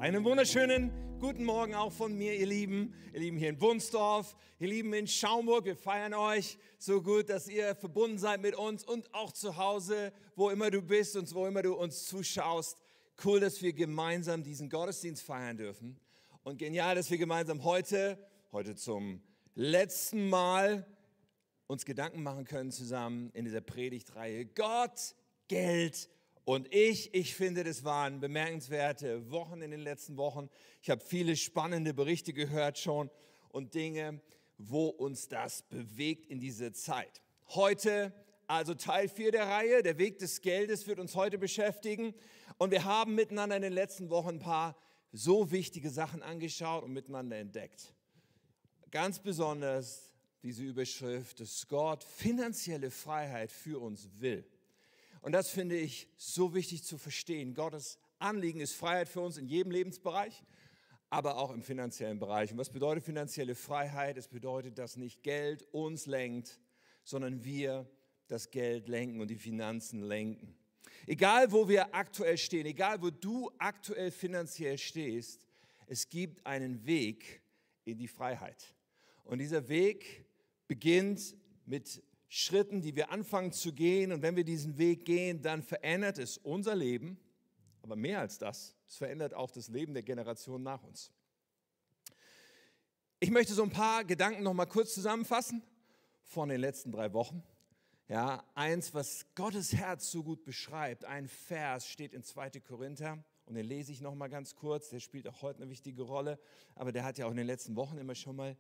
Einen wunderschönen guten Morgen auch von mir, ihr Lieben hier in Wunsdorf, ihr Lieben in Schaumburg. Wir feiern euch so gut, dass ihr verbunden seid mit uns und auch zu Hause, wo immer du bist und wo immer du uns zuschaust. Cool, dass wir gemeinsam diesen Gottesdienst feiern dürfen und genial, dass wir gemeinsam heute zum letzten Mal uns Gedanken machen können zusammen in dieser Predigtreihe Gott, Geld und ich finde, das waren bemerkenswerte Wochen in den letzten Wochen. Ich habe viele spannende Berichte gehört schon und Dinge, wo uns das bewegt in dieser Zeit. Heute also Teil 4 der Reihe, der Weg des Geldes wird uns heute beschäftigen. Und wir haben miteinander in den letzten Wochen ein paar so wichtige Sachen angeschaut und miteinander entdeckt. Ganz besonders diese Überschrift, dass Gott finanzielle Freiheit für uns will. Und das finde ich so wichtig zu verstehen. Gottes Anliegen ist Freiheit für uns in jedem Lebensbereich, aber auch im finanziellen Bereich. Und was bedeutet finanzielle Freiheit? Es bedeutet, dass nicht Geld uns lenkt, sondern wir das Geld lenken und die Finanzen lenken. Egal, wo wir aktuell stehen, egal, wo du aktuell finanziell stehst, es gibt einen Weg in die Freiheit. Und dieser Weg beginnt mit Schritten, die wir anfangen zu gehen. Und wenn wir diesen Weg gehen, dann verändert es unser Leben. Aber mehr als das, es verändert auch das Leben der Generation nach uns. Ich möchte so ein paar Gedanken noch mal kurz zusammenfassen von den letzten 3 Wochen. Ja, eins, was Gottes Herz so gut beschreibt, ein Vers steht in 2. Korinther und den lese ich noch mal ganz kurz. Der spielt auch heute eine wichtige Rolle, aber der hat ja auch in den letzten Wochen immer schon mal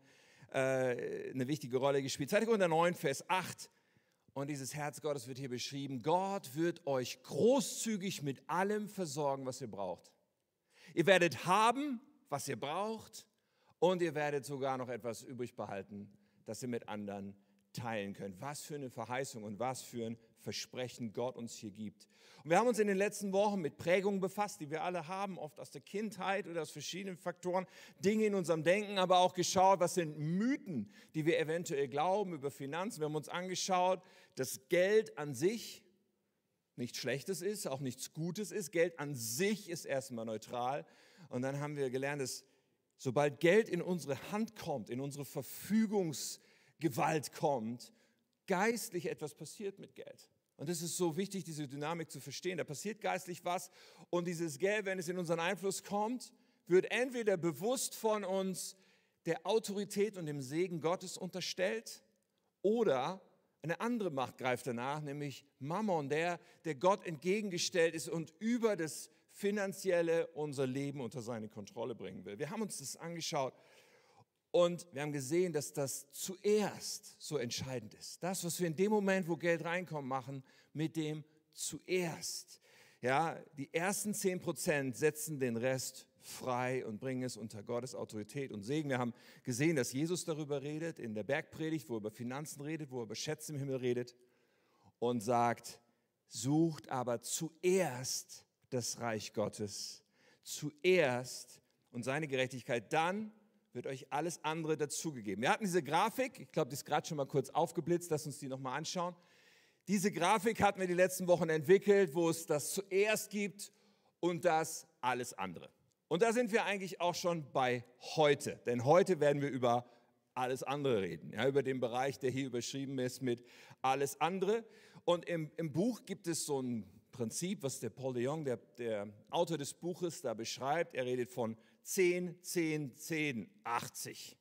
eine wichtige Rolle gespielt. 2. Korinther 9, Vers 8. Und dieses Herz Gottes wird hier beschrieben. Gott wird euch großzügig mit allem versorgen, was ihr braucht. Ihr werdet haben, was ihr braucht, und ihr werdet sogar noch etwas übrig behalten, das ihr mit anderen teilen könnt. Was für eine Verheißung und was für ein Versprechen Gott uns hier gibt. Und wir haben uns in den letzten Wochen mit Prägungen befasst, die wir alle haben, oft aus der Kindheit oder aus verschiedenen Faktoren, Dinge in unserem Denken, aber auch geschaut, was sind Mythen, die wir eventuell glauben über Finanzen. Wir haben uns angeschaut, dass Geld an sich nichts Schlechtes ist, auch nichts Gutes ist. Geld an sich ist erstmal neutral. Und dann haben wir gelernt, dass sobald Geld in unsere Hand kommt, in unsere Verfügungsgewalt kommt, geistlich etwas passiert mit Geld. Und es ist so wichtig, diese Dynamik zu verstehen. Da passiert geistlich was und dieses Geld, wenn es in unseren Einfluss kommt, wird entweder bewusst von uns der Autorität und dem Segen Gottes unterstellt oder eine andere Macht greift danach, nämlich Mammon, der Gott entgegengestellt ist und über das Finanzielle unser Leben unter seine Kontrolle bringen will. Wir haben uns das angeschaut. Und wir haben gesehen, dass das zuerst so entscheidend ist. Das, was wir in dem Moment, wo Geld reinkommt, machen, mit dem zuerst. Ja, die ersten 10% setzen den Rest frei und bringen es unter Gottes Autorität und Segen. Wir haben gesehen, dass Jesus darüber redet, in der Bergpredigt, wo er über Finanzen redet, wo er über Schätze im Himmel redet und sagt, sucht aber zuerst das Reich Gottes, zuerst und seine Gerechtigkeit, dann wird euch alles andere dazugegeben. Wir hatten diese Grafik, ich glaube, die ist gerade schon mal kurz aufgeblitzt, lass uns die nochmal anschauen. Diese Grafik hatten wir die letzten Wochen entwickelt, wo es das zuerst gibt und das alles andere. Und da sind wir eigentlich auch schon bei heute, denn heute werden wir über alles andere reden, ja, über den Bereich, der hier überschrieben ist mit alles andere. Und im Buch gibt es so ein Prinzip, was der Paul de Jong, der Autor des Buches, da beschreibt. Er redet von 10, 10, 10, 80.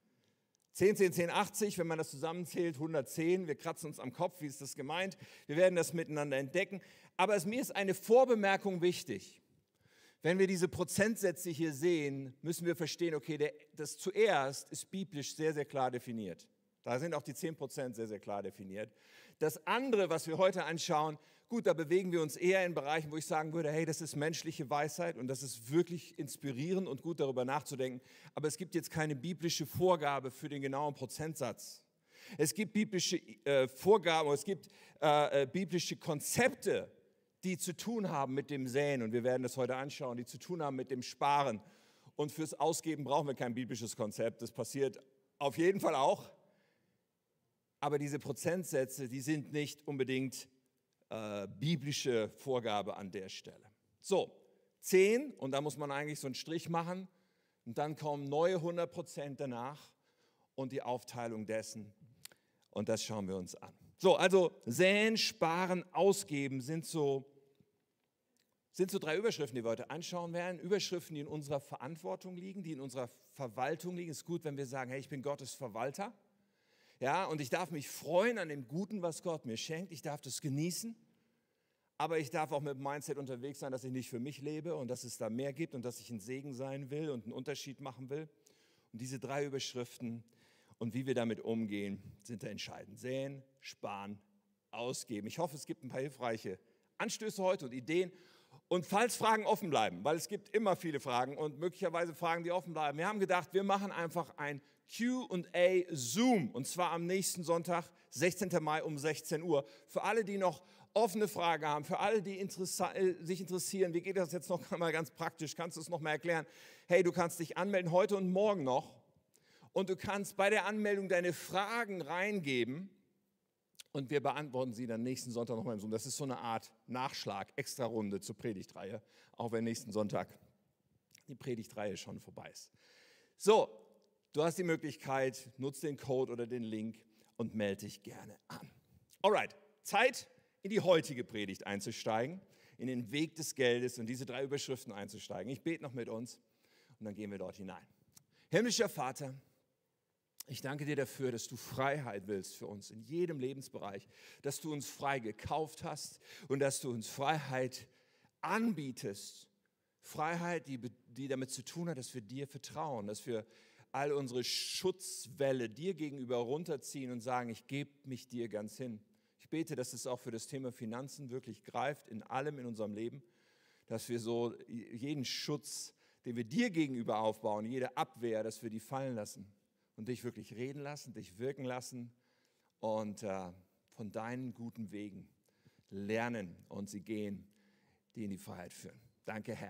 10, 10, 10, 80, wenn man das zusammenzählt, 110. Wir kratzen uns am Kopf, wie ist das gemeint? Wir werden das miteinander entdecken. Aber mir ist eine Vorbemerkung wichtig. Wenn wir diese Prozentsätze hier sehen, müssen wir verstehen, okay, das zuerst ist biblisch sehr, sehr klar definiert. Da sind auch die 10% sehr, sehr klar definiert. Das andere, was wir heute anschauen, gut, da bewegen wir uns eher in Bereichen, wo ich sagen würde, hey, das ist menschliche Weisheit und das ist wirklich inspirierend und gut, darüber nachzudenken. Aber es gibt jetzt keine biblische Vorgabe für den genauen Prozentsatz. Es gibt biblische Vorgaben, es gibt biblische Konzepte, die zu tun haben mit dem Säen. Und wir werden das heute anschauen, die zu tun haben mit dem Sparen. Und fürs Ausgeben brauchen wir kein biblisches Konzept. Das passiert auf jeden Fall auch. Aber diese Prozentsätze, die sind nicht unbedingt biblische Vorgabe an der Stelle. So, 10 und da muss man eigentlich so einen Strich machen und dann kommen neue 100% danach und die Aufteilung dessen und das schauen wir uns an. So, also säen, sparen, ausgeben sind so 3 Überschriften, die wir heute anschauen werden. Überschriften, die in unserer Verantwortung liegen, die in unserer Verwaltung liegen. Es ist gut, wenn wir sagen, hey, ich bin Gottes Verwalter. Ja, und ich darf mich freuen an dem Guten, was Gott mir schenkt. Ich darf das genießen. Aber ich darf auch mit dem Mindset unterwegs sein, dass ich nicht für mich lebe und dass es da mehr gibt und dass ich ein Segen sein will und einen Unterschied machen will. Und diese 3 Überschriften und wie wir damit umgehen, sind da entscheidend. Säen, sparen, ausgeben. Ich hoffe, es gibt ein paar hilfreiche Anstöße heute und Ideen. Und falls Fragen offen bleiben, weil es gibt immer viele Fragen und möglicherweise Fragen, die offen bleiben. Wir haben gedacht, wir machen einfach ein Q&A Zoom und zwar am nächsten Sonntag, 16. Mai um 16 Uhr. Für alle, die noch offene Fragen haben, für alle, die sich interessieren, wie geht das jetzt noch mal ganz praktisch, kannst du es noch mal erklären? Hey, du kannst dich anmelden heute und morgen noch und du kannst bei der Anmeldung deine Fragen reingeben. Und wir beantworten sie dann nächsten Sonntag nochmal im Zoom. Das ist so eine Art Nachschlag, Extra-Runde zur Predigtreihe, auch wenn nächsten Sonntag die Predigtreihe schon vorbei ist. So, du hast die Möglichkeit, nutz den Code oder den Link und melde dich gerne an. Alright, Zeit in die heutige Predigt einzusteigen, in den Weg des Geldes und diese 3 Überschriften einzusteigen. Ich bete noch mit uns und dann gehen wir dort hinein. Himmlischer Vater, ich danke dir dafür, dass du Freiheit willst für uns in jedem Lebensbereich, dass du uns frei gekauft hast und dass du uns Freiheit anbietest. Freiheit, die damit zu tun hat, dass wir dir vertrauen, dass wir all unsere Schutzwelle dir gegenüber runterziehen und sagen, ich gebe mich dir ganz hin. Ich bete, dass es auch für das Thema Finanzen wirklich greift, in allem in unserem Leben, dass wir so jeden Schutz, den wir dir gegenüber aufbauen, jede Abwehr, dass wir die fallen lassen. Und dich wirklich reden lassen, dich wirken lassen und von deinen guten Wegen lernen und sie gehen, die in die Freiheit führen. Danke, Herr.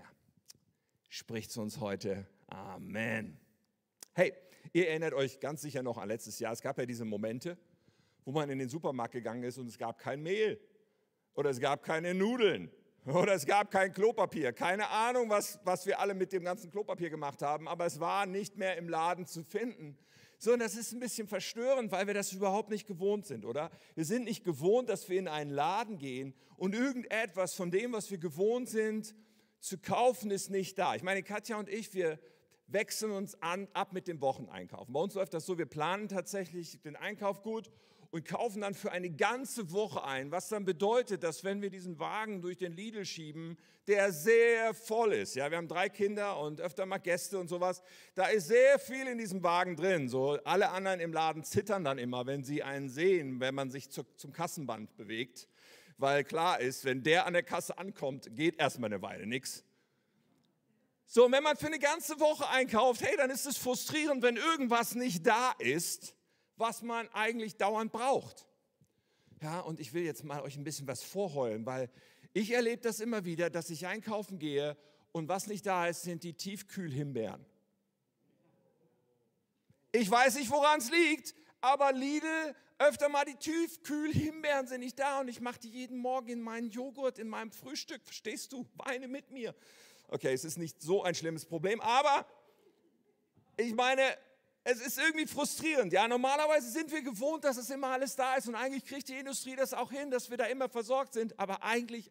Sprich zu uns heute. Amen. Hey, ihr erinnert euch ganz sicher noch an letztes Jahr. Es gab ja diese Momente, wo man in den Supermarkt gegangen ist und es gab kein Mehl oder es gab keine Nudeln oder es gab kein Klopapier. Keine Ahnung, was wir alle mit dem ganzen Klopapier gemacht haben, aber es war nicht mehr im Laden zu finden. So, und das ist ein bisschen verstörend, weil wir das überhaupt nicht gewohnt sind, oder? Wir sind nicht gewohnt, dass wir in einen Laden gehen und irgendetwas von dem, was wir gewohnt sind, zu kaufen, ist nicht da. Ich meine, Katja und ich, wir wechseln uns ab mit dem Wocheneinkaufen. Bei uns läuft das so, wir planen tatsächlich den Einkauf gut und kaufen dann für eine ganze Woche ein, was dann bedeutet, dass wenn wir diesen Wagen durch den Lidl schieben, der sehr voll ist. Ja, wir haben 3 Kinder und öfter mal Gäste und sowas. Da ist sehr viel in diesem Wagen drin. So, alle anderen im Laden zittern dann immer, wenn sie einen sehen, wenn man sich zum Kassenband bewegt. Weil klar ist, wenn der an der Kasse ankommt, geht erstmal eine Weile nichts. So, und wenn man für eine ganze Woche einkauft, hey, dann ist es frustrierend, wenn irgendwas nicht da ist, was man eigentlich dauernd braucht. Ja, und ich will jetzt mal euch ein bisschen was vorheulen, weil ich erlebe das immer wieder, dass ich einkaufen gehe und was nicht da ist, sind die Tiefkühlhimbeeren. Ich weiß nicht, woran es liegt, aber Lidl, öfter mal die Tiefkühlhimbeeren sind nicht da und ich mache die jeden Morgen in meinen Joghurt, in meinem Frühstück. Verstehst du? Weine mit mir. Okay, es ist nicht so ein schlimmes Problem, aber ich meine, es ist irgendwie frustrierend. Ja, normalerweise sind wir gewohnt, dass es immer alles da ist und eigentlich kriegt die Industrie das auch hin, dass wir da immer versorgt sind. Aber eigentlich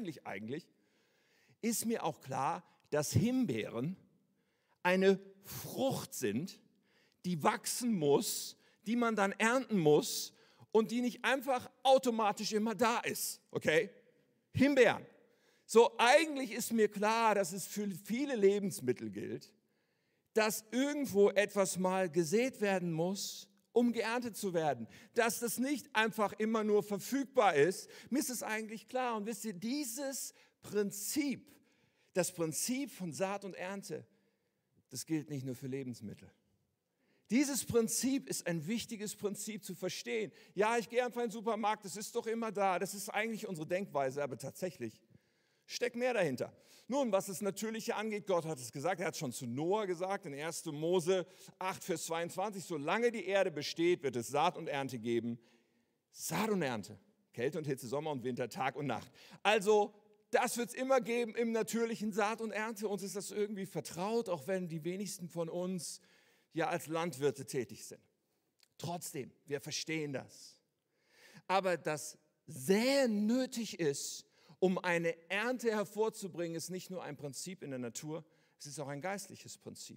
ist mir auch klar, dass Himbeeren eine Frucht sind, die wachsen muss, die man dann ernten muss und die nicht einfach automatisch immer da ist. Okay? Himbeeren. So, eigentlich ist mir klar, dass es für viele Lebensmittel gilt, dass irgendwo etwas mal gesät werden muss, um geerntet zu werden. Dass das nicht einfach immer nur verfügbar ist. Mir ist es eigentlich klar. Und wisst ihr, dieses Prinzip, das Prinzip von Saat und Ernte, das gilt nicht nur für Lebensmittel. Dieses Prinzip ist ein wichtiges Prinzip zu verstehen. Ja, ich gehe einfach in den Supermarkt, das ist doch immer da. Das ist eigentlich unsere Denkweise, aber tatsächlich steckt mehr dahinter. Nun, was das Natürliche angeht, Gott hat es gesagt, er hat schon zu Noah gesagt, in 1. Mose 8, Vers 22, solange die Erde besteht, wird es Saat und Ernte geben. Saat und Ernte, Kälte und Hitze, Sommer und Winter, Tag und Nacht. Also das wird es immer geben im natürlichen Saat und Ernte. Uns ist das irgendwie vertraut, auch wenn die wenigsten von uns ja als Landwirte tätig sind. Trotzdem, wir verstehen das. Aber das Säen nötig ist, um eine Ernte hervorzubringen, ist nicht nur ein Prinzip in der Natur, es ist auch ein geistliches Prinzip.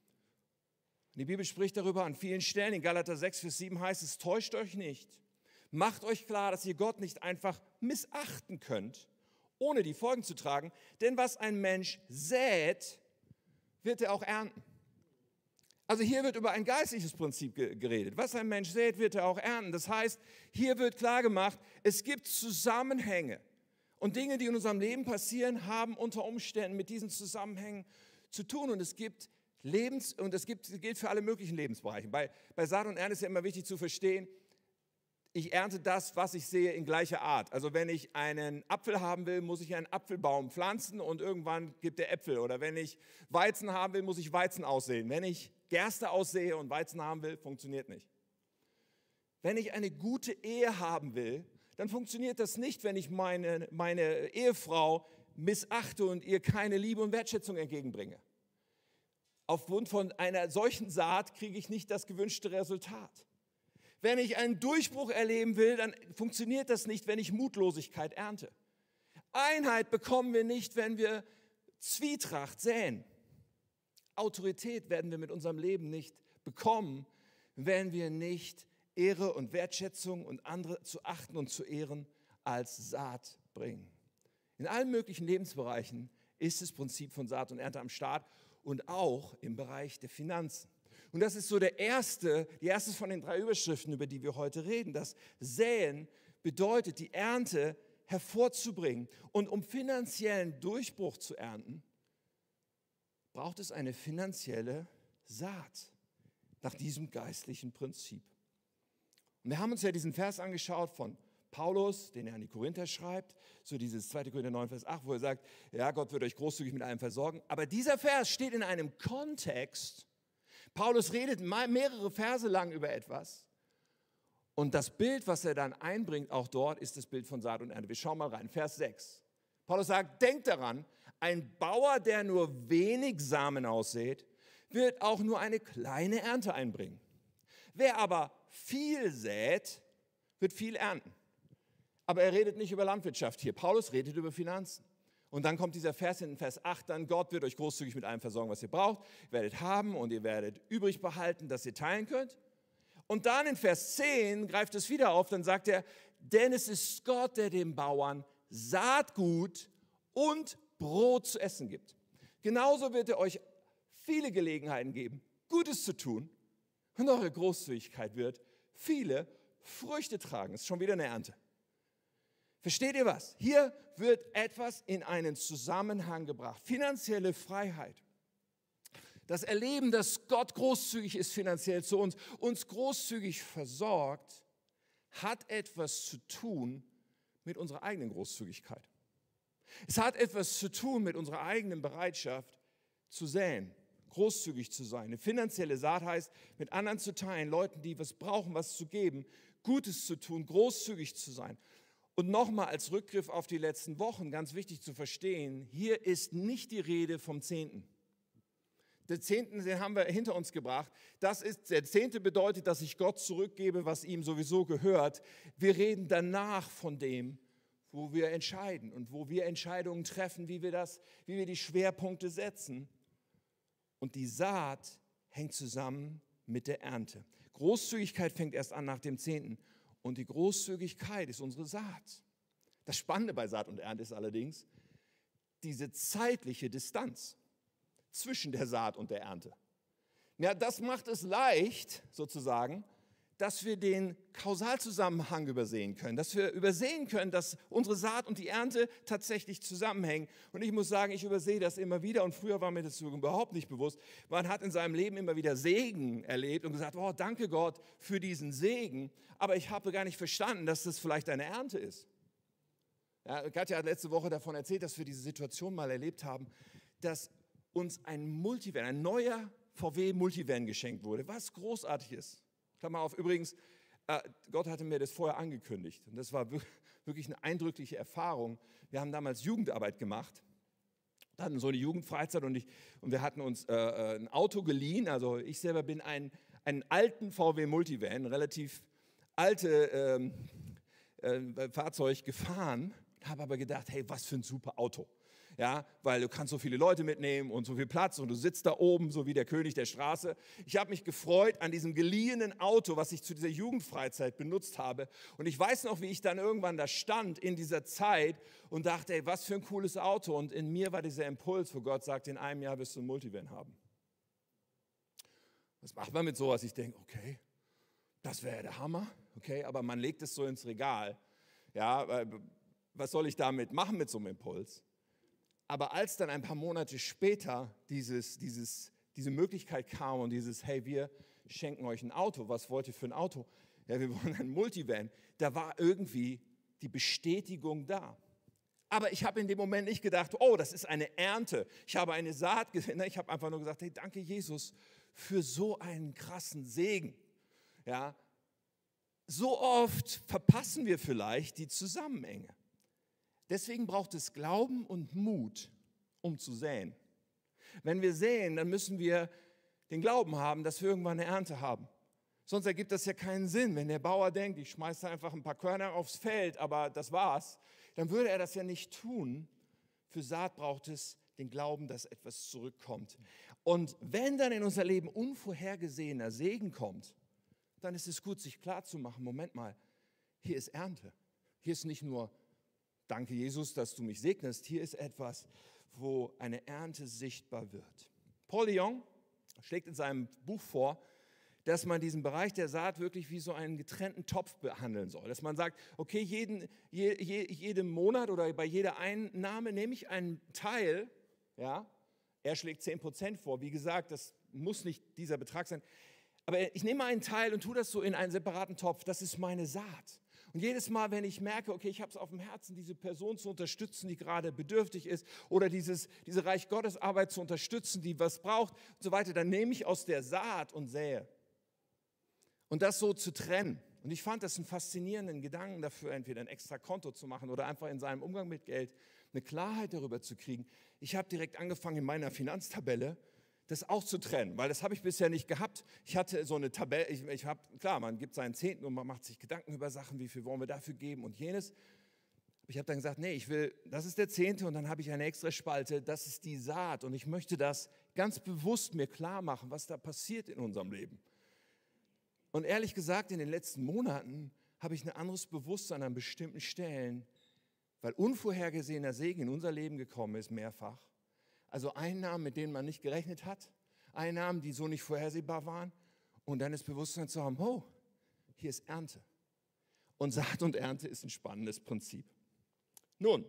Die Bibel spricht darüber an vielen Stellen. In Galater 6, Vers 7 heißt es, täuscht euch nicht. Macht euch klar, dass ihr Gott nicht einfach missachten könnt, ohne die Folgen zu tragen. Denn was ein Mensch sät, wird er auch ernten. Also hier wird über ein geistliches Prinzip geredet. Was ein Mensch sät, wird er auch ernten. Das heißt, hier wird klar gemacht, es gibt Zusammenhänge. Und Dinge, die in unserem Leben passieren, haben unter Umständen mit diesen Zusammenhängen zu tun. Und es gibt gilt für alle möglichen Lebensbereiche. Bei Saat und Ernte ist ja immer wichtig zu verstehen, ich ernte das, was ich sehe, in gleicher Art. Also wenn ich einen Apfel haben will, muss ich einen Apfelbaum pflanzen und irgendwann gibt er Äpfel. Oder wenn ich Weizen haben will, muss ich Weizen aussehen. Wenn ich Gerste aussehe und Weizen haben will, funktioniert nicht. Wenn ich eine gute Ehe haben will, dann funktioniert das nicht, wenn ich meine Ehefrau missachte und ihr keine Liebe und Wertschätzung entgegenbringe. Aufgrund von einer solchen Saat kriege ich nicht das gewünschte Resultat. Wenn ich einen Durchbruch erleben will, dann funktioniert das nicht, wenn ich Mutlosigkeit ernte. Einheit bekommen wir nicht, wenn wir Zwietracht säen. Autorität werden wir mit unserem Leben nicht bekommen, wenn wir nicht Ehre und Wertschätzung und andere zu achten und zu ehren als Saat bringen. In allen möglichen Lebensbereichen ist das Prinzip von Saat und Ernte am Start und auch im Bereich der Finanzen. Und das ist so die erste von den 3 Überschriften, über die wir heute reden. Das Säen bedeutet, die Ernte hervorzubringen. Und um finanziellen Durchbruch zu ernten, braucht es eine finanzielle Saat nach diesem geistlichen Prinzip. Und wir haben uns ja diesen Vers angeschaut von Paulus, den er an die Korinther schreibt, so dieses 2. Korinther 9, Vers 8, wo er sagt, ja, Gott wird euch großzügig mit allem versorgen. Aber dieser Vers steht in einem Kontext. Paulus redet mehrere Verse lang über etwas. Und das Bild, was er dann einbringt, auch dort, ist das Bild von Saat und Ernte. Wir schauen mal rein, Vers 6. Paulus sagt, denkt daran, ein Bauer, der nur wenig Samen aussät, wird auch nur eine kleine Ernte einbringen. Wer aber viel sät, wird viel ernten. Aber er redet nicht über Landwirtschaft hier. Paulus redet über Finanzen. Und dann kommt dieser Vers in Vers 8, dann Gott wird euch großzügig mit allem versorgen, was ihr braucht. Ihr werdet haben und ihr werdet übrig behalten, dass ihr teilen könnt. Und dann in Vers 10 greift es wieder auf, dann sagt er, denn es ist Gott, der dem Bauern Saatgut und Brot zu essen gibt. Genauso wird er euch viele Gelegenheiten geben, Gutes zu tun. Und eure Großzügigkeit wird viele Früchte tragen. Das ist schon wieder eine Ernte. Versteht ihr was? Hier wird etwas in einen Zusammenhang gebracht. Finanzielle Freiheit. Das Erleben, dass Gott großzügig ist finanziell zu uns großzügig versorgt, hat etwas zu tun mit unserer eigenen Großzügigkeit. Es hat etwas zu tun mit unserer eigenen Bereitschaft zu säen, großzügig zu sein. Eine finanzielle Saat heißt, mit anderen zu teilen, Leuten, die was brauchen, was zu geben, Gutes zu tun, großzügig zu sein. Und nochmal als Rückgriff auf die letzten Wochen, ganz wichtig zu verstehen, hier ist nicht die Rede vom Zehnten. Den Zehnten, den haben wir hinter uns gebracht. Der Zehnte bedeutet, dass ich Gott zurückgebe, was ihm sowieso gehört. Wir reden danach von dem, wo wir entscheiden und wo wir Entscheidungen treffen, wie wir die Schwerpunkte setzen. Und die Saat hängt zusammen mit der Ernte. Großzügigkeit fängt erst an nach dem Zehnten. Und die Großzügigkeit ist unsere Saat. Das Spannende bei Saat und Ernte ist allerdings diese zeitliche Distanz zwischen der Saat und der Ernte. Ja, das macht es leicht, sozusagen, dass wir den Kausalzusammenhang übersehen können, dass wir übersehen können, dass unsere Saat und die Ernte tatsächlich zusammenhängen. Und ich muss sagen, ich übersehe das immer wieder und früher war mir das überhaupt nicht bewusst. Man hat in seinem Leben immer wieder Segen erlebt und gesagt, oh, danke Gott für diesen Segen, aber ich habe gar nicht verstanden, dass das vielleicht eine Ernte ist. Ja, Katja hat letzte Woche davon erzählt, dass wir diese Situation mal erlebt haben, dass uns ein neuer VW Multivan geschenkt wurde, was großartig ist. Klammer auf, übrigens, Gott hatte mir das vorher angekündigt. Und das war wirklich eine eindrückliche Erfahrung. Wir haben damals Jugendarbeit gemacht. Wir hatten so eine Jugendfreizeit und wir hatten uns ein Auto geliehen. Also ich selber bin einen alten VW Multivan, relativ alte Fahrzeug gefahren, habe aber gedacht, hey, was für ein super Auto. Ja, weil du kannst so viele Leute mitnehmen und so viel Platz und du sitzt da oben, so wie der König der Straße. Ich habe mich gefreut an diesem geliehenen Auto, was ich zu dieser Jugendfreizeit benutzt habe. Und ich weiß noch, wie ich dann irgendwann da stand in dieser Zeit und dachte, ey, was für ein cooles Auto. Und in mir war dieser Impuls, wo Gott sagt, in einem Jahr wirst du ein Multivan haben. Was macht man mit sowas? Ich denke, okay, das wäre der Hammer. Okay, aber man legt es so ins Regal. Ja, was soll ich damit machen mit so einem Impuls? Aber als dann ein paar Monate später diese Möglichkeit kam und hey, wir schenken euch ein Auto, was wollt ihr für ein Auto? Ja, wir wollen ein Multivan. Da war irgendwie die Bestätigung da. Aber ich habe in dem Moment nicht gedacht, oh, das ist eine Ernte. Ich habe eine Saat gesehen. Ich habe einfach nur gesagt, hey, danke Jesus für so einen krassen Segen. Ja, so oft verpassen wir vielleicht die Zusammenhänge. Deswegen braucht es Glauben und Mut, um zu säen. Wenn wir säen, dann müssen wir den Glauben haben, dass wir irgendwann eine Ernte haben. Sonst ergibt das ja keinen Sinn. Wenn der Bauer denkt, ich schmeiße einfach ein paar Körner aufs Feld, aber das war's, dann würde er das ja nicht tun. Für Saat braucht es den Glauben, dass etwas zurückkommt. Und wenn dann in unser Leben unvorhergesehener Segen kommt, dann ist es gut, sich klarzumachen, Moment mal, hier ist Ernte. Hier ist nicht nur danke, Jesus, dass du mich segnest. Hier ist etwas, wo eine Ernte sichtbar wird. Paul de Jong schlägt in seinem Buch vor, dass man diesen Bereich der Saat wirklich wie so einen getrennten Topf behandeln soll. Dass man sagt, okay, jeden Monat oder bei jeder Einnahme nehme ich einen Teil, ja, er schlägt 10% vor. Wie gesagt, das muss nicht dieser Betrag sein. Aber ich nehme einen Teil und tue das so in einen separaten Topf. Das ist meine Saat. Und jedes Mal, wenn ich merke, okay, ich habe es auf dem Herzen, diese Person zu unterstützen, die gerade bedürftig ist, oder diese Reich Gottes Arbeit zu unterstützen, die was braucht und so weiter, dann nehme ich aus der Saat und sähe. Und das so zu trennen. Und ich fand das einen faszinierenden Gedanken dafür, entweder ein extra Konto zu machen oder einfach in seinem Umgang mit Geld eine Klarheit darüber zu kriegen. Ich habe direkt angefangen in meiner Finanztabelle, das auch zu trennen, weil das habe ich bisher nicht gehabt. Ich hatte so eine Tabelle, klar, man gibt seinen Zehnten und man macht sich Gedanken über Sachen, wie viel wollen wir dafür geben und jenes. Ich habe dann gesagt, nee, das ist der Zehnte und dann habe ich eine extra Spalte, das ist die Saat und ich möchte das ganz bewusst mir klar machen, was da passiert in unserem Leben. Und ehrlich gesagt, in den letzten Monaten habe ich ein anderes Bewusstsein an bestimmten Stellen, weil unvorhergesehener Segen in unser Leben gekommen ist, mehrfach. Also Einnahmen, mit denen man nicht gerechnet hat, Einnahmen, die so nicht vorhersehbar waren und dann das Bewusstsein zu haben, oh, hier ist Ernte. Und Saat und Ernte ist ein spannendes Prinzip. Nun,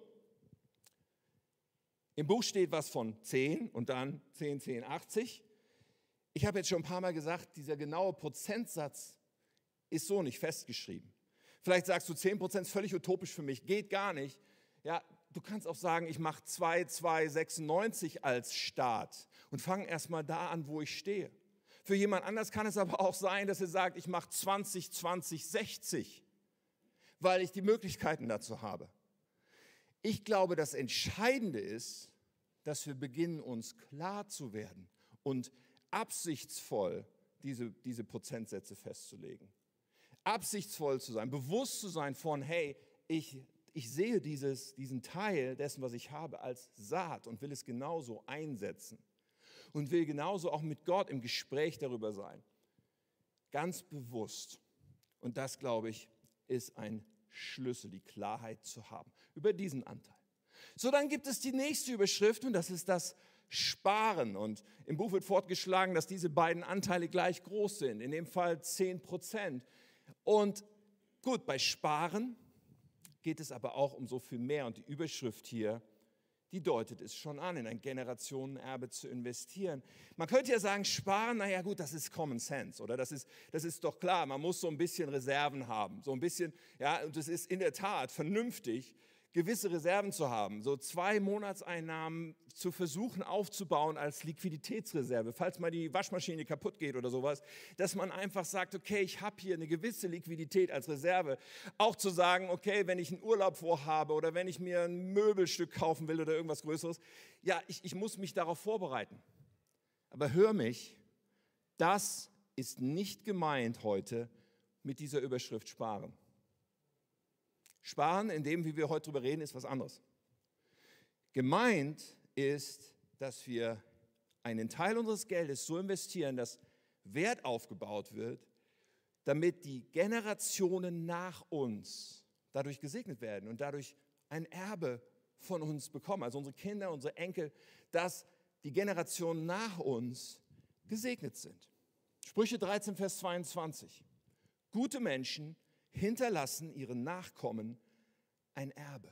im Buch steht was von 10 und dann 10, 10, 80. Ich habe jetzt schon ein paar Mal gesagt, dieser genaue Prozentsatz ist so nicht festgeschrieben. Vielleicht sagst du, 10% ist völlig utopisch für mich, geht gar nicht. Ja, du kannst auch sagen, ich mache 2,96 als Start und fange erstmal da an, wo ich stehe. Für jemand anders kann es aber auch sein, dass er sagt, ich mache 20, 20, 60, weil ich die Möglichkeiten dazu habe. Ich glaube, das Entscheidende ist, dass wir beginnen, uns klar zu werden und absichtsvoll diese Prozentsätze festzulegen. Absichtsvoll zu sein, bewusst zu sein von, hey, ich sehe diesen Teil dessen, was ich habe, als Saat und will es genauso einsetzen und will genauso auch mit Gott im Gespräch darüber sein. Ganz bewusst. Und das, glaube ich, ist ein Schlüssel, die Klarheit zu haben über diesen Anteil. So, dann gibt es die nächste Überschrift und das ist das Sparen. Und im Buch wird fortgeschlagen, dass diese beiden Anteile gleich groß sind, in dem Fall 10%. Und gut, bei Sparen geht es aber auch um so viel mehr. Und die Überschrift hier, die deutet es schon an, in ein Generationenerbe zu investieren. Man könnte ja sagen, sparen, naja gut, das ist Common Sense, oder? Das ist doch klar, man muss so ein bisschen Reserven haben, so ein bisschen, ja, und das ist in der Tat vernünftig. gewisse Reserven zu haben, so 2 Monatseinnahmen zu versuchen aufzubauen als Liquiditätsreserve, falls mal die Waschmaschine kaputt geht oder sowas, dass man einfach sagt, okay, ich habe hier eine gewisse Liquidität als Reserve. Auch zu sagen, okay, wenn ich einen Urlaub vorhabe oder wenn ich mir ein Möbelstück kaufen will oder irgendwas Größeres, ja, ich muss mich darauf vorbereiten. Aber hör mich, das ist nicht gemeint heute mit dieser Überschrift Sparen. Sparen, in dem, wie wir heute drüber reden, ist was anderes. Gemeint ist, dass wir einen Teil unseres Geldes so investieren, dass Wert aufgebaut wird, damit die Generationen nach uns dadurch gesegnet werden und dadurch ein Erbe von uns bekommen, also unsere Kinder, unsere Enkel, dass die Generationen nach uns gesegnet sind. Sprüche 13, Vers 22. Gute Menschen hinterlassen ihren Nachkommen ein Erbe.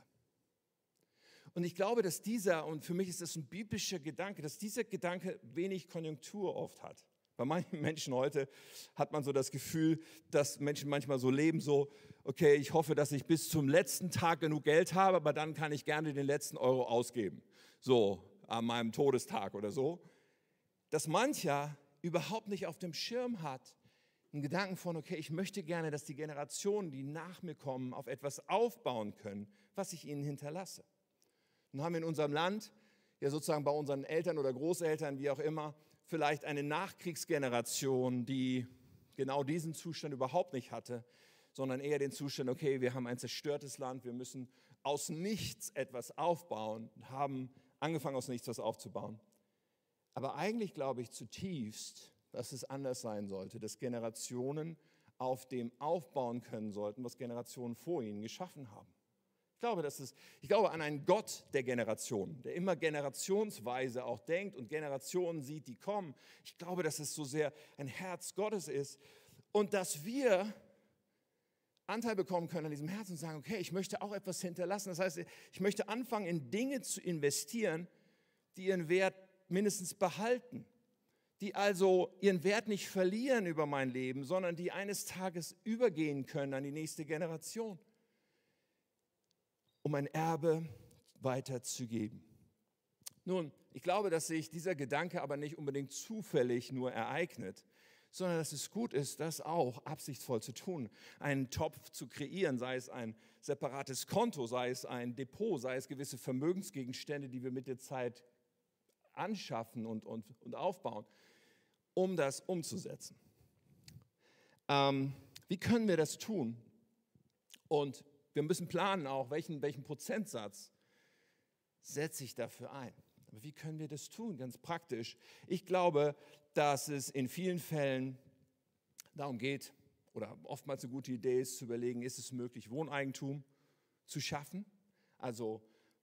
Und ich glaube, dass und für mich ist das ein biblischer Gedanke, dass dieser Gedanke wenig Konjunktur oft hat. Bei manchen Menschen heute hat man so das Gefühl, dass Menschen manchmal so leben, so, okay, ich hoffe, dass ich bis zum letzten Tag genug Geld habe, aber dann kann ich gerne den letzten Euro ausgeben. So, an meinem Todestag oder so. Dass mancher überhaupt nicht auf dem Schirm hat, einen Gedanken von, okay, ich möchte gerne, dass die Generationen, die nach mir kommen, auf etwas aufbauen können, was ich ihnen hinterlasse. Nun haben wir in unserem Land, ja sozusagen bei unseren Eltern oder Großeltern, wie auch immer, vielleicht eine Nachkriegsgeneration, die genau diesen Zustand überhaupt nicht hatte, sondern eher den Zustand, okay, wir haben ein zerstörtes Land, wir müssen aus nichts etwas aufbauen, haben angefangen aus nichts was aufzubauen. Aber eigentlich glaube ich zutiefst, dass es anders sein sollte, dass Generationen auf dem aufbauen können sollten, was Generationen vor ihnen geschaffen haben. Ich glaube an einen Gott der Generationen, der immer generationsweise auch denkt und Generationen sieht, die kommen. Ich glaube, dass es so sehr ein Herz Gottes ist und dass wir Anteil bekommen können an diesem Herz und sagen, okay, ich möchte auch etwas hinterlassen. Das heißt, ich möchte anfangen, in Dinge zu investieren, die ihren Wert mindestens behalten, die also ihren Wert nicht verlieren über mein Leben, sondern die eines Tages übergehen können an die nächste Generation, um ein Erbe weiterzugeben. Nun, ich glaube, dass sich dieser Gedanke aber nicht unbedingt zufällig nur ereignet, sondern dass es gut ist, das auch absichtsvoll zu tun, einen Topf zu kreieren, sei es ein separates Konto, sei es ein Depot, sei es gewisse Vermögensgegenstände, die wir mit der Zeit anschaffen und aufbauen, um das umzusetzen. Wie können wir das tun? Und wir müssen planen auch, welchen Prozentsatz setze ich dafür ein. Aber wie können wir das tun? Ganz praktisch. Ich glaube, dass es in vielen Fällen darum geht, oder oftmals eine gute Idee ist, zu überlegen, ist es möglich, Wohneigentum zu schaffen? Also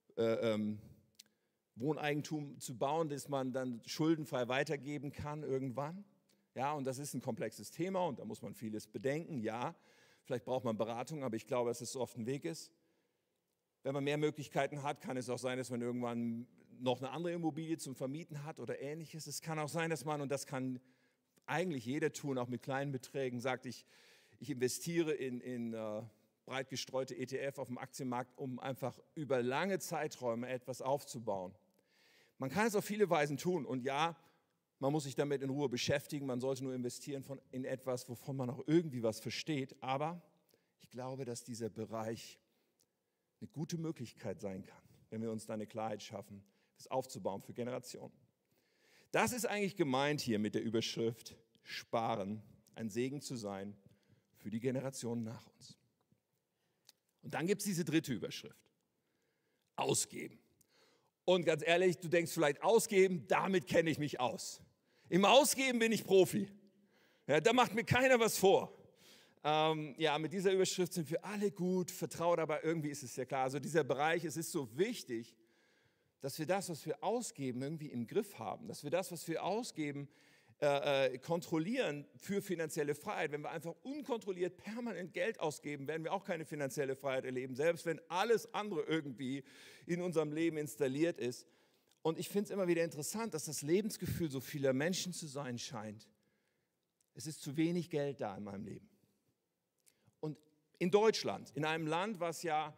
Wohneigentum zu bauen, das man dann schuldenfrei weitergeben kann irgendwann. Ja, und das ist ein komplexes Thema und da muss man vieles bedenken, ja. Vielleicht braucht man Beratung, aber ich glaube, dass es so oft ein Weg ist. Wenn man mehr Möglichkeiten hat, kann es auch sein, dass man irgendwann noch eine andere Immobilie zum Vermieten hat oder Ähnliches. Es kann auch sein, dass man, und das kann eigentlich jeder tun, auch mit kleinen Beträgen, sagt, ich investiere in breit gestreute ETF auf dem Aktienmarkt, um einfach über lange Zeiträume etwas aufzubauen. Man kann es auf viele Weisen tun und ja, man muss sich damit in Ruhe beschäftigen, man sollte nur investieren in etwas, wovon man auch irgendwie was versteht, aber ich glaube, dass dieser Bereich eine gute Möglichkeit sein kann, wenn wir uns da eine Klarheit schaffen, das aufzubauen für Generationen. Das ist eigentlich gemeint hier mit der Überschrift Sparen, ein Segen zu sein für die Generationen nach uns. Und dann gibt es diese dritte Überschrift, Ausgeben. Und ganz ehrlich, du denkst vielleicht, Ausgeben, damit kenne ich mich aus. Im Ausgeben bin ich Profi. Ja, da macht mir keiner was vor. Mit dieser Überschrift sind wir alle gut vertraut, aber irgendwie ist es ja klar. Also dieser Bereich, es ist so wichtig, dass wir das, was wir ausgeben, irgendwie im Griff haben. Dass wir das, was wir ausgeben, kontrollieren für finanzielle Freiheit. Wenn wir einfach unkontrolliert permanent Geld ausgeben, werden wir auch keine finanzielle Freiheit erleben, selbst wenn alles andere irgendwie in unserem Leben installiert ist. Und ich finde es immer wieder interessant, dass das Lebensgefühl so vieler Menschen zu sein scheint. Es ist zu wenig Geld da in meinem Leben. Und in Deutschland, in einem Land, was ja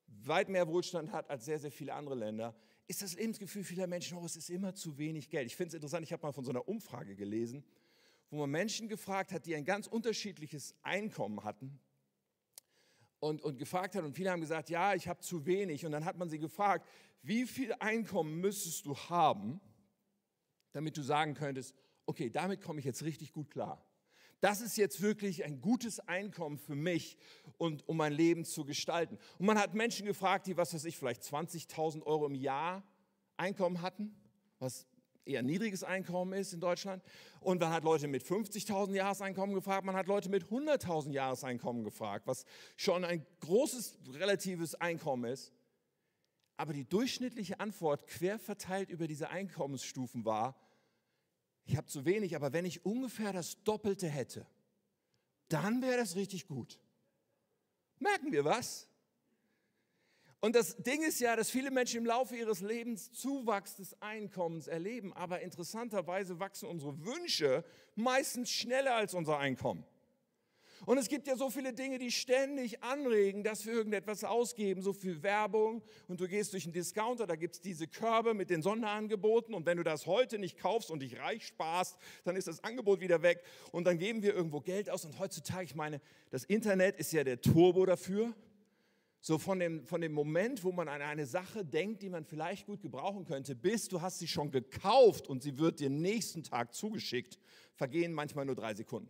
weit mehr Wohlstand hat als sehr, sehr viele andere Länder, ist das Lebensgefühl vieler Menschen, oh, es ist immer zu wenig Geld. Ich finde es interessant, ich habe mal von so einer Umfrage gelesen, wo man Menschen gefragt hat, die ein ganz unterschiedliches Einkommen hatten und gefragt hat, und viele haben gesagt, ja, ich habe zu wenig. Und dann hat man sie gefragt, wie viel Einkommen müsstest du haben, damit du sagen könntest, okay, damit komme ich jetzt richtig gut klar. Das ist jetzt wirklich ein gutes Einkommen für mich und um mein Leben zu gestalten. Und man hat Menschen gefragt, die, was weiß ich, vielleicht 20.000 Euro im Jahr Einkommen hatten, was eher ein niedriges Einkommen ist in Deutschland. Und man hat Leute mit 50.000 Jahreseinkommen gefragt, man hat Leute mit 100.000 Jahreseinkommen gefragt, was schon ein großes relatives Einkommen ist. Aber die durchschnittliche Antwort quer verteilt über diese Einkommensstufen war, ich habe zu wenig, aber wenn ich ungefähr das Doppelte hätte, dann wäre das richtig gut. Merken wir was? Und das Ding ist ja, dass viele Menschen im Laufe ihres Lebens Zuwachs des Einkommens erleben, aber interessanterweise wachsen unsere Wünsche meistens schneller als unser Einkommen. Und es gibt ja so viele Dinge, die ständig anregen, dass wir irgendetwas ausgeben, so viel Werbung. Und du gehst durch einen Discounter, da gibt es diese Körbe mit den Sonderangeboten. Und wenn du das heute nicht kaufst und dich reich sparst, dann ist das Angebot wieder weg. Und dann geben wir irgendwo Geld aus. Und heutzutage, ich meine, das Internet ist ja der Turbo dafür. So von dem Moment, wo man an eine Sache denkt, die man vielleicht gut gebrauchen könnte, bis du hast sie schon gekauft und sie wird dir nächsten Tag zugeschickt, vergehen manchmal nur 3 Sekunden.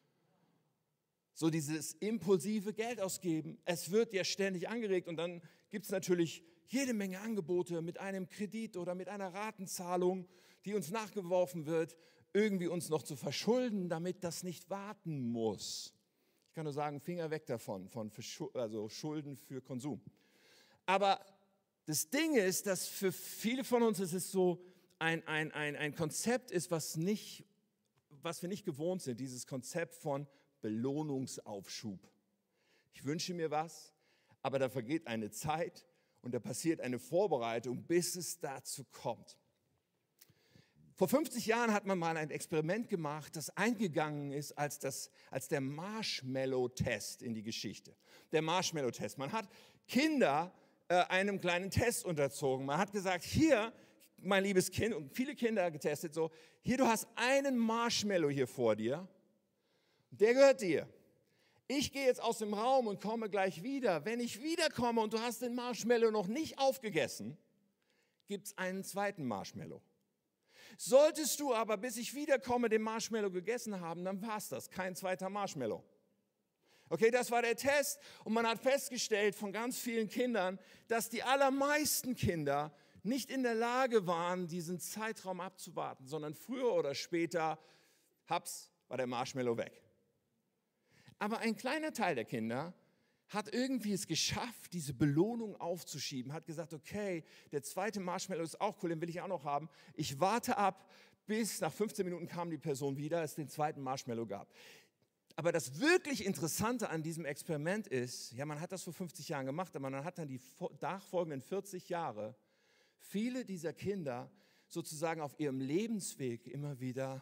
So dieses impulsive Geld ausgeben, es wird ja ständig angeregt und dann gibt es natürlich jede Menge Angebote mit einem Kredit oder mit einer Ratenzahlung, die uns nachgeworfen wird, irgendwie uns noch zu verschulden, damit das nicht warten muss. Ich kann nur sagen, Finger weg davon, also Schulden für Konsum. Aber das Ding ist, dass für viele von uns es so ein Konzept ist, was wir nicht gewohnt sind, dieses Konzept von Belohnungsaufschub. Ich wünsche mir was, aber da vergeht eine Zeit und da passiert eine Vorbereitung, bis es dazu kommt. Vor 50 Jahren hat man mal ein Experiment gemacht, das eingegangen ist als der Marshmallow-Test in die Geschichte. Der Marshmallow-Test. Man hat Kinder einem kleinen Test unterzogen. Man hat gesagt, hier, mein liebes Kind, und viele Kinder getestet so, hier, du hast einen Marshmallow hier vor dir. Der gehört dir. Ich gehe jetzt aus dem Raum und komme gleich wieder. Wenn ich wiederkomme und du hast den Marshmallow noch nicht aufgegessen, gibt es einen zweiten Marshmallow. Solltest du aber, bis ich wiederkomme, den Marshmallow gegessen haben, dann war es das, kein zweiter Marshmallow. Okay, das war der Test und man hat festgestellt von ganz vielen Kindern, dass die allermeisten Kinder nicht in der Lage waren, diesen Zeitraum abzuwarten, sondern früher oder später, war der Marshmallow weg. Aber ein kleiner Teil der Kinder hat irgendwie es geschafft, diese Belohnung aufzuschieben, hat gesagt, okay, der zweite Marshmallow ist auch cool, den will ich auch noch haben. Ich warte ab, bis nach 15 Minuten kam die Person wieder, es den zweiten Marshmallow gab. Aber das wirklich Interessante an diesem Experiment ist, ja, man hat das vor 50 Jahren gemacht, aber man hat dann die nachfolgenden 40 Jahre viele dieser Kinder sozusagen auf ihrem Lebensweg immer wieder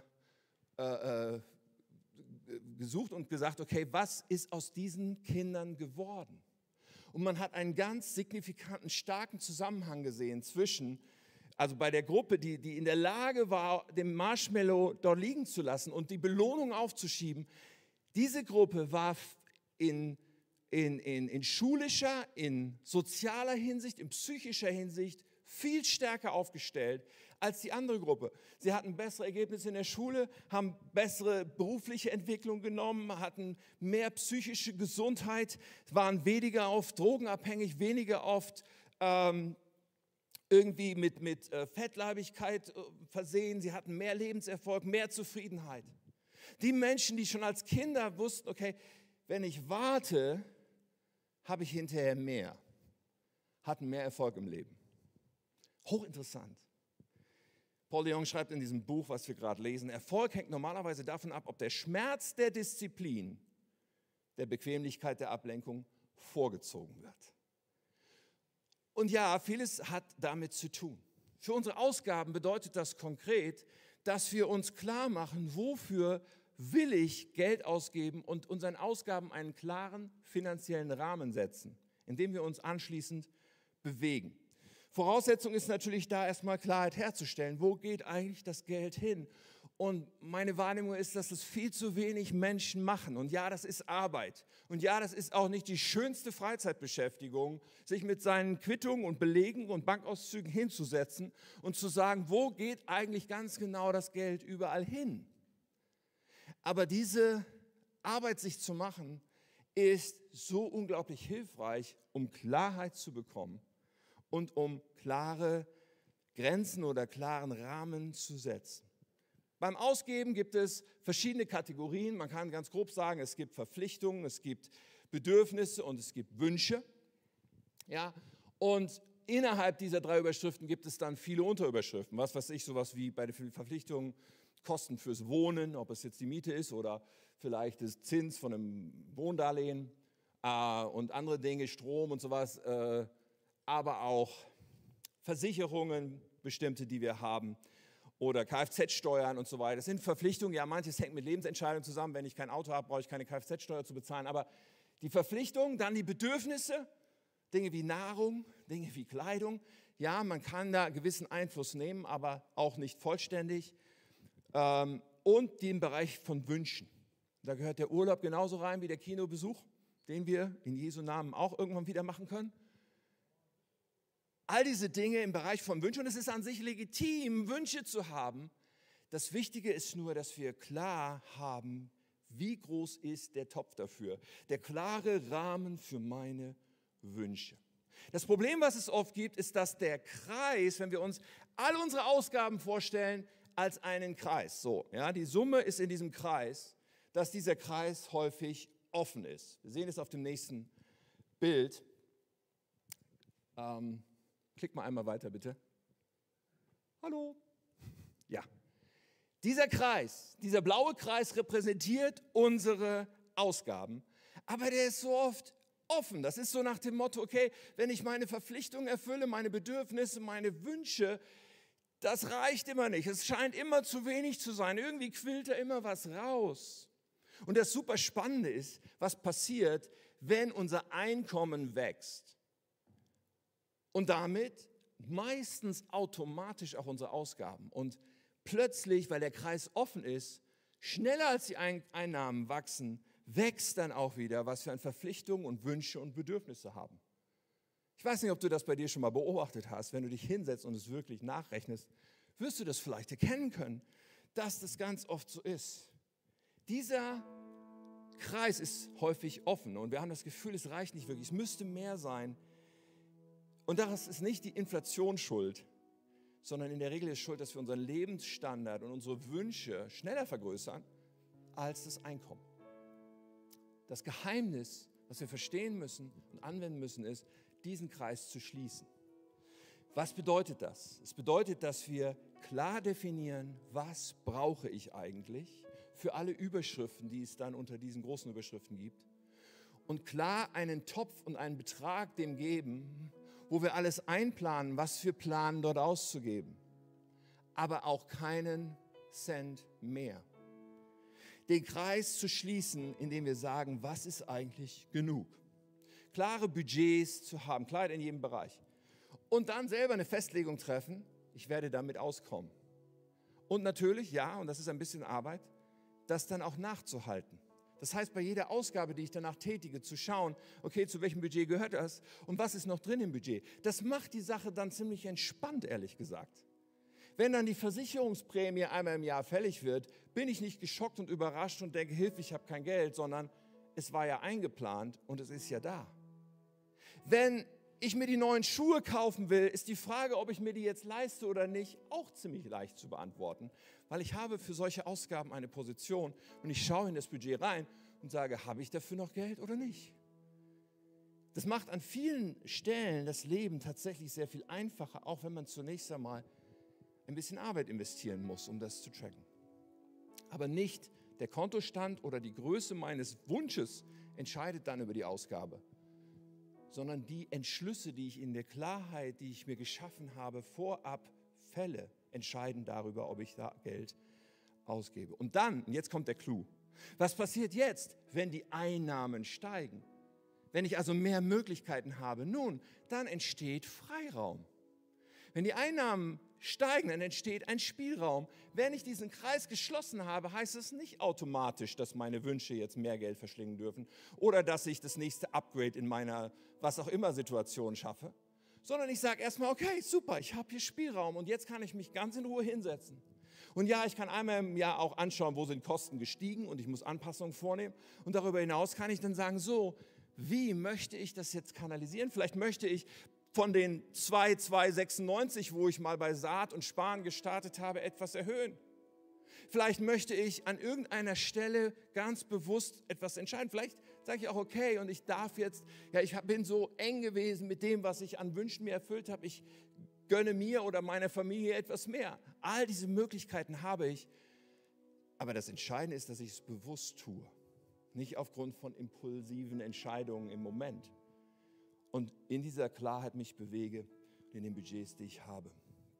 gesucht und gesagt, okay, was ist aus diesen Kindern geworden? Und man hat einen ganz signifikanten, starken Zusammenhang gesehen zwischen, also bei der Gruppe, die in der Lage war, den Marshmallow dort liegen zu lassen und die Belohnung aufzuschieben. Diese Gruppe war in schulischer, in sozialer Hinsicht, in psychischer Hinsicht viel stärker aufgestellt als die andere Gruppe. Sie hatten bessere Ergebnisse in der Schule, haben bessere berufliche Entwicklung genommen, hatten mehr psychische Gesundheit, waren weniger oft drogenabhängig, weniger oft irgendwie mit Fettleibigkeit versehen. Sie hatten mehr Lebenserfolg, mehr Zufriedenheit. Die Menschen, die schon als Kinder wussten, okay, wenn ich warte, habe ich hinterher mehr, hatten mehr Erfolg im Leben. Hochinteressant. Paul de Jong schreibt in diesem Buch, was wir gerade lesen, Erfolg hängt normalerweise davon ab, ob der Schmerz der Disziplin, der Bequemlichkeit der Ablenkung vorgezogen wird. Und ja, vieles hat damit zu tun. Für unsere Ausgaben bedeutet das konkret, dass wir uns klar machen, wofür will ich Geld ausgeben und unseren Ausgaben einen klaren finanziellen Rahmen setzen, indem wir uns anschließend bewegen. Voraussetzung ist natürlich da erstmal Klarheit herzustellen. Wo geht eigentlich das Geld hin? Und meine Wahrnehmung ist, dass es viel zu wenig Menschen machen. Und ja, das ist Arbeit. Und ja, das ist auch nicht die schönste Freizeitbeschäftigung, sich mit seinen Quittungen und Belegen und Bankauszügen hinzusetzen und zu sagen, wo geht eigentlich ganz genau das Geld überall hin? Aber diese Arbeit sich zu machen, ist so unglaublich hilfreich, um Klarheit zu bekommen und um klare Grenzen oder klaren Rahmen zu setzen. Beim Ausgeben gibt es verschiedene Kategorien. Man kann ganz grob sagen, es gibt Verpflichtungen, es gibt Bedürfnisse und es gibt Wünsche. Ja? Und innerhalb dieser 3 Überschriften gibt es dann viele Unterüberschriften. Was weiß ich, sowas wie bei den Verpflichtungen Kosten fürs Wohnen, ob es jetzt die Miete ist oder vielleicht das Zins von einem Wohndarlehen und andere Dinge, Strom und sowas, aber auch Versicherungen, bestimmte, die wir haben, oder Kfz-Steuern und so weiter. Das sind Verpflichtungen, ja, manches hängt mit Lebensentscheidungen zusammen. Wenn ich kein Auto habe, brauche ich keine Kfz-Steuer zu bezahlen. Aber die Verpflichtungen, dann die Bedürfnisse, Dinge wie Nahrung, Dinge wie Kleidung. Ja, man kann da gewissen Einfluss nehmen, aber auch nicht vollständig. Und den Bereich von Wünschen. Da gehört der Urlaub genauso rein wie der Kinobesuch, den wir in Jesu Namen auch irgendwann wieder machen können. All diese Dinge im Bereich von Wünschen, und es ist an sich legitim, Wünsche zu haben. Das Wichtige ist nur, dass wir klar haben, wie groß ist der Topf dafür, der klare Rahmen für meine Wünsche. Das Problem, was es oft gibt, ist, dass der Kreis, wenn wir uns all unsere Ausgaben vorstellen, als einen Kreis, so, ja, die Summe ist in diesem Kreis, dass dieser Kreis häufig offen ist. Wir sehen es auf dem nächsten Bild. Klick mal einmal weiter, bitte. Hallo. Ja. Dieser Kreis, dieser blaue Kreis repräsentiert unsere Ausgaben, aber der ist so oft offen. Das ist so nach dem Motto, okay, wenn ich meine Verpflichtungen erfülle, meine Bedürfnisse, meine Wünsche, das reicht immer nicht. Es scheint immer zu wenig zu sein. Irgendwie quillt da immer was raus. Und das super Spannende ist, was passiert, wenn unser Einkommen wächst. Und damit meistens automatisch auch unsere Ausgaben. Und plötzlich, weil der Kreis offen ist, schneller als die Einnahmen wachsen, wächst dann auch wieder, was wir an Verpflichtungen und Wünsche und Bedürfnisse haben. Ich weiß nicht, ob du das bei dir schon mal beobachtet hast. Wenn du dich hinsetzt und es wirklich nachrechnest, wirst du das vielleicht erkennen können, dass das ganz oft so ist. Dieser Kreis ist häufig offen und wir haben das Gefühl, es reicht nicht wirklich, es müsste mehr sein. Und das ist nicht die Inflation schuld, sondern in der Regel ist schuld, dass wir unseren Lebensstandard und unsere Wünsche schneller vergrößern als das Einkommen. Das Geheimnis, was wir verstehen müssen und anwenden müssen, ist, diesen Kreis zu schließen. Was bedeutet das? Es bedeutet, dass wir klar definieren, was brauche ich eigentlich für alle Überschriften, die es dann unter diesen großen Überschriften gibt. Und klar einen Topf und einen Betrag dem geben, wo wir alles einplanen, was wir planen, dort auszugeben. Aber auch keinen Cent mehr. Den Kreis zu schließen, indem wir sagen, was ist eigentlich genug? Klare Budgets zu haben, Klarheit in jedem Bereich. Und dann selber eine Festlegung treffen, ich werde damit auskommen. Und natürlich, ja, und das ist ein bisschen Arbeit, das dann auch nachzuhalten. Das heißt, bei jeder Ausgabe, die ich danach tätige, zu schauen, okay, zu welchem Budget gehört das und was ist noch drin im Budget. Das macht die Sache dann ziemlich entspannt, ehrlich gesagt. Wenn dann die Versicherungsprämie einmal im Jahr fällig wird, bin ich nicht geschockt und überrascht und denke, Hilfe, ich habe kein Geld, sondern es war ja eingeplant und es ist ja da. Wenn ich mir die neuen Schuhe kaufen will, ist die Frage, ob ich mir die jetzt leiste oder nicht, auch ziemlich leicht zu beantworten, weil ich habe für solche Ausgaben eine Position und ich schaue in das Budget rein und sage, habe ich dafür noch Geld oder nicht? Das macht an vielen Stellen das Leben tatsächlich sehr viel einfacher, auch wenn man zunächst einmal ein bisschen Arbeit investieren muss, um das zu tracken. Aber nicht der Kontostand oder die Größe meines Wunsches entscheidet dann über die Ausgabe, sondern die Entschlüsse, die ich in der Klarheit, die ich mir geschaffen habe, vorab fälle, entscheiden darüber, ob ich da Geld ausgebe. Und dann, jetzt kommt der Clou, was passiert jetzt, wenn die Einnahmen steigen? Wenn ich also mehr Möglichkeiten habe, nun, dann entsteht Freiraum. Wenn die Einnahmen steigen, dann entsteht ein Spielraum. Wenn ich diesen Kreis geschlossen habe, heißt es nicht automatisch, dass meine Wünsche jetzt mehr Geld verschlingen dürfen oder dass ich das nächste Upgrade in meiner was auch immer Situation schaffe, sondern ich sage erstmal, okay, super, ich habe hier Spielraum und jetzt kann ich mich ganz in Ruhe hinsetzen. Und ja, ich kann einmal im Jahr auch anschauen, wo sind Kosten gestiegen und ich muss Anpassungen vornehmen. Und darüber hinaus kann ich dann sagen, so, wie möchte ich das jetzt kanalisieren? Vielleicht möchte ich von den 2,296, wo ich mal bei Saat und Sparen gestartet habe, etwas erhöhen. Vielleicht möchte ich an irgendeiner Stelle ganz bewusst etwas entscheiden. Vielleicht sage ich auch, okay, und ich darf jetzt, ja, ich bin so eng gewesen mit dem, was ich an Wünschen mir erfüllt habe. Ich gönne mir oder meiner Familie etwas mehr. All diese Möglichkeiten habe ich. Aber das Entscheidende ist, dass ich es bewusst tue. Nicht aufgrund von impulsiven Entscheidungen im Moment. Und in dieser Klarheit mich bewege, in den Budgets, die ich habe.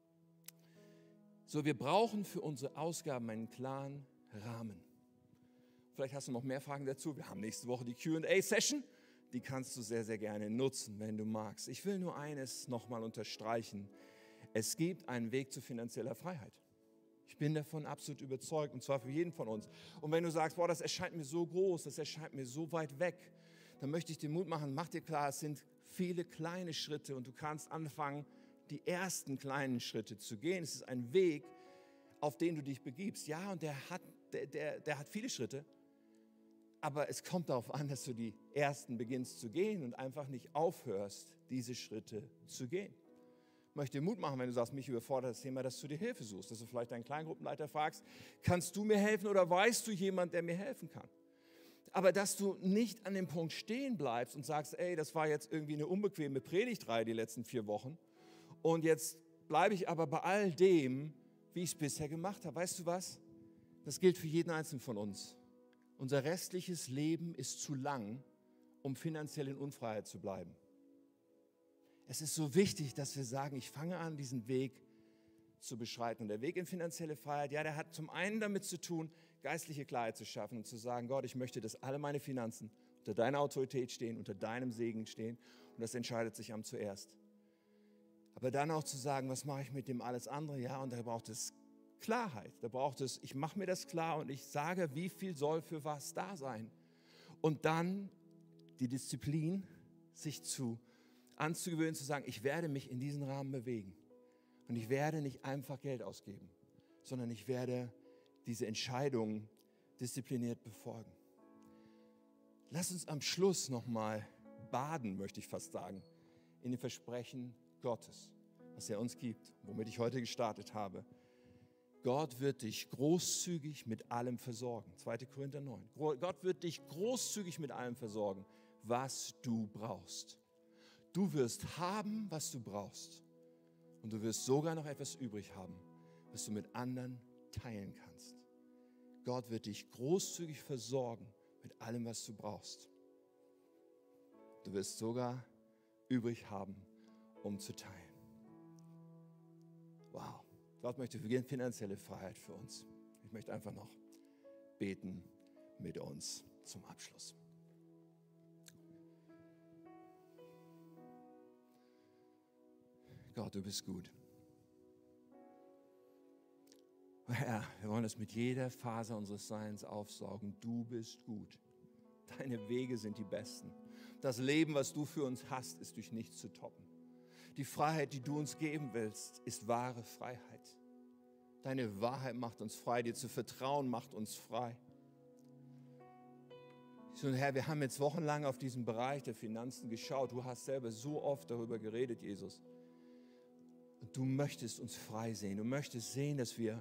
So, wir brauchen für unsere Ausgaben einen klaren Rahmen. Vielleicht hast du noch mehr Fragen dazu. Wir haben nächste Woche die Q&A-Session. Die kannst du sehr, sehr gerne nutzen, wenn du magst. Ich will nur eines nochmal unterstreichen. Es gibt einen Weg zu finanzieller Freiheit. Ich bin davon absolut überzeugt, und zwar für jeden von uns. Und wenn du sagst, boah, das erscheint mir so groß, das erscheint mir so weit weg, dann möchte ich dir Mut machen, mach dir klar, es sind viele kleine Schritte und du kannst anfangen, die ersten kleinen Schritte zu gehen. Es ist ein Weg, auf den du dich begibst. Ja, und der hat viele Schritte, aber es kommt darauf an, dass du die ersten beginnst zu gehen und einfach nicht aufhörst, diese Schritte zu gehen. Ich möchte dir Mut machen, wenn du sagst, mich überfordert das Thema, dass du dir Hilfe suchst, dass du vielleicht deinen Kleingruppenleiter fragst, kannst du mir helfen oder weißt du jemand, der mir helfen kann? Aber dass du nicht an dem Punkt stehen bleibst und sagst, ey, das war jetzt irgendwie eine unbequeme Predigtreihe die letzten 4 Wochen und jetzt bleibe ich aber bei all dem, wie ich es bisher gemacht habe. Weißt du was? Das gilt für jeden Einzelnen von uns. Unser restliches Leben ist zu lang, um finanziell in Unfreiheit zu bleiben. Es ist so wichtig, dass wir sagen, ich fange an, diesen Weg zu beschreiten. Und der Weg in finanzielle Freiheit, ja, der hat zum einen damit zu tun, geistliche Klarheit zu schaffen und zu sagen, Gott, ich möchte, dass alle meine Finanzen unter deiner Autorität stehen, unter deinem Segen stehen. Und das entscheidet sich am zuerst. Aber dann auch zu sagen, was mache ich mit dem alles andere? Ja, und da braucht es Klarheit. Da braucht es, ich mache mir das klar und ich sage, wie viel soll für was da sein. Und dann die Disziplin, sich anzugewöhnen, zu sagen, ich werde mich in diesen Rahmen bewegen. Und ich werde nicht einfach Geld ausgeben, sondern ich werde diese Entscheidungen diszipliniert befolgen. Lass uns am Schluss nochmal baden, möchte ich fast sagen, in den Versprechen Gottes, was er uns gibt, womit ich heute gestartet habe. Gott wird dich großzügig mit allem versorgen. 2. Korinther 9. Gott wird dich großzügig mit allem versorgen, was du brauchst. Du wirst haben, was du brauchst. Und du wirst sogar noch etwas übrig haben, was du mit anderen teilen kannst. Gott wird dich großzügig versorgen mit allem, was du brauchst. Du wirst sogar übrig haben, um zu teilen. Wow. Gott möchte finanzielle Freiheit für uns. Ich möchte einfach noch beten mit uns zum Abschluss. Gott, du bist gut. Herr, wir wollen das mit jeder Faser unseres Seins aufsaugen. Du bist gut. Deine Wege sind die besten. Das Leben, was du für uns hast, ist durch nichts zu toppen. Die Freiheit, die du uns geben willst, ist wahre Freiheit. Deine Wahrheit macht uns frei. Dir zu vertrauen macht uns frei. So, Herr, wir haben jetzt wochenlang auf diesen Bereich der Finanzen geschaut. Du hast selber so oft darüber geredet, Jesus. Und du möchtest uns frei sehen. Du möchtest sehen, dass wir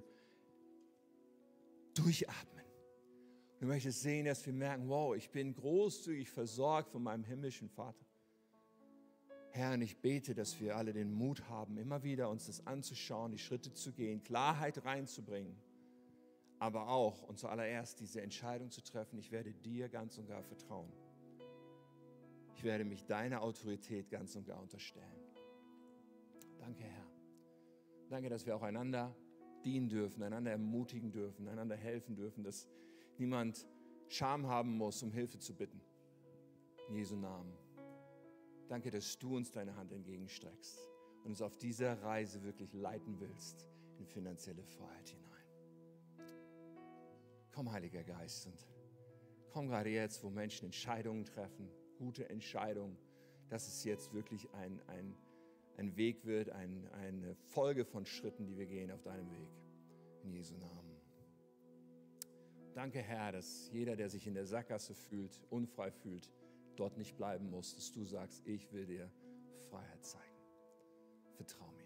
durchatmen. Du möchtest sehen, dass wir merken, wow, ich bin großzügig versorgt von meinem himmlischen Vater. Herr, und ich bete, dass wir alle den Mut haben, immer wieder uns das anzuschauen, die Schritte zu gehen, Klarheit reinzubringen, aber auch und zuallererst diese Entscheidung zu treffen, ich werde dir ganz und gar vertrauen. Ich werde mich deiner Autorität ganz und gar unterstellen. Danke, Herr. Danke, dass wir auch einander dienen dürfen, einander ermutigen dürfen, einander helfen dürfen, dass niemand Scham haben muss, um Hilfe zu bitten. In Jesu Namen. Danke, dass du uns deine Hand entgegenstreckst und uns auf dieser Reise wirklich leiten willst in finanzielle Freiheit hinein. Komm, Heiliger Geist, und komm gerade jetzt, wo Menschen Entscheidungen treffen, gute Entscheidungen, dass es jetzt wirklich ein Weg wird, eine Folge von Schritten, die wir gehen auf deinem Weg. In Jesu Namen. Danke, Herr, dass jeder, der sich in der Sackgasse fühlt, unfrei fühlt, dort nicht bleiben muss, dass du sagst, ich will dir Freiheit zeigen. Vertrau mir.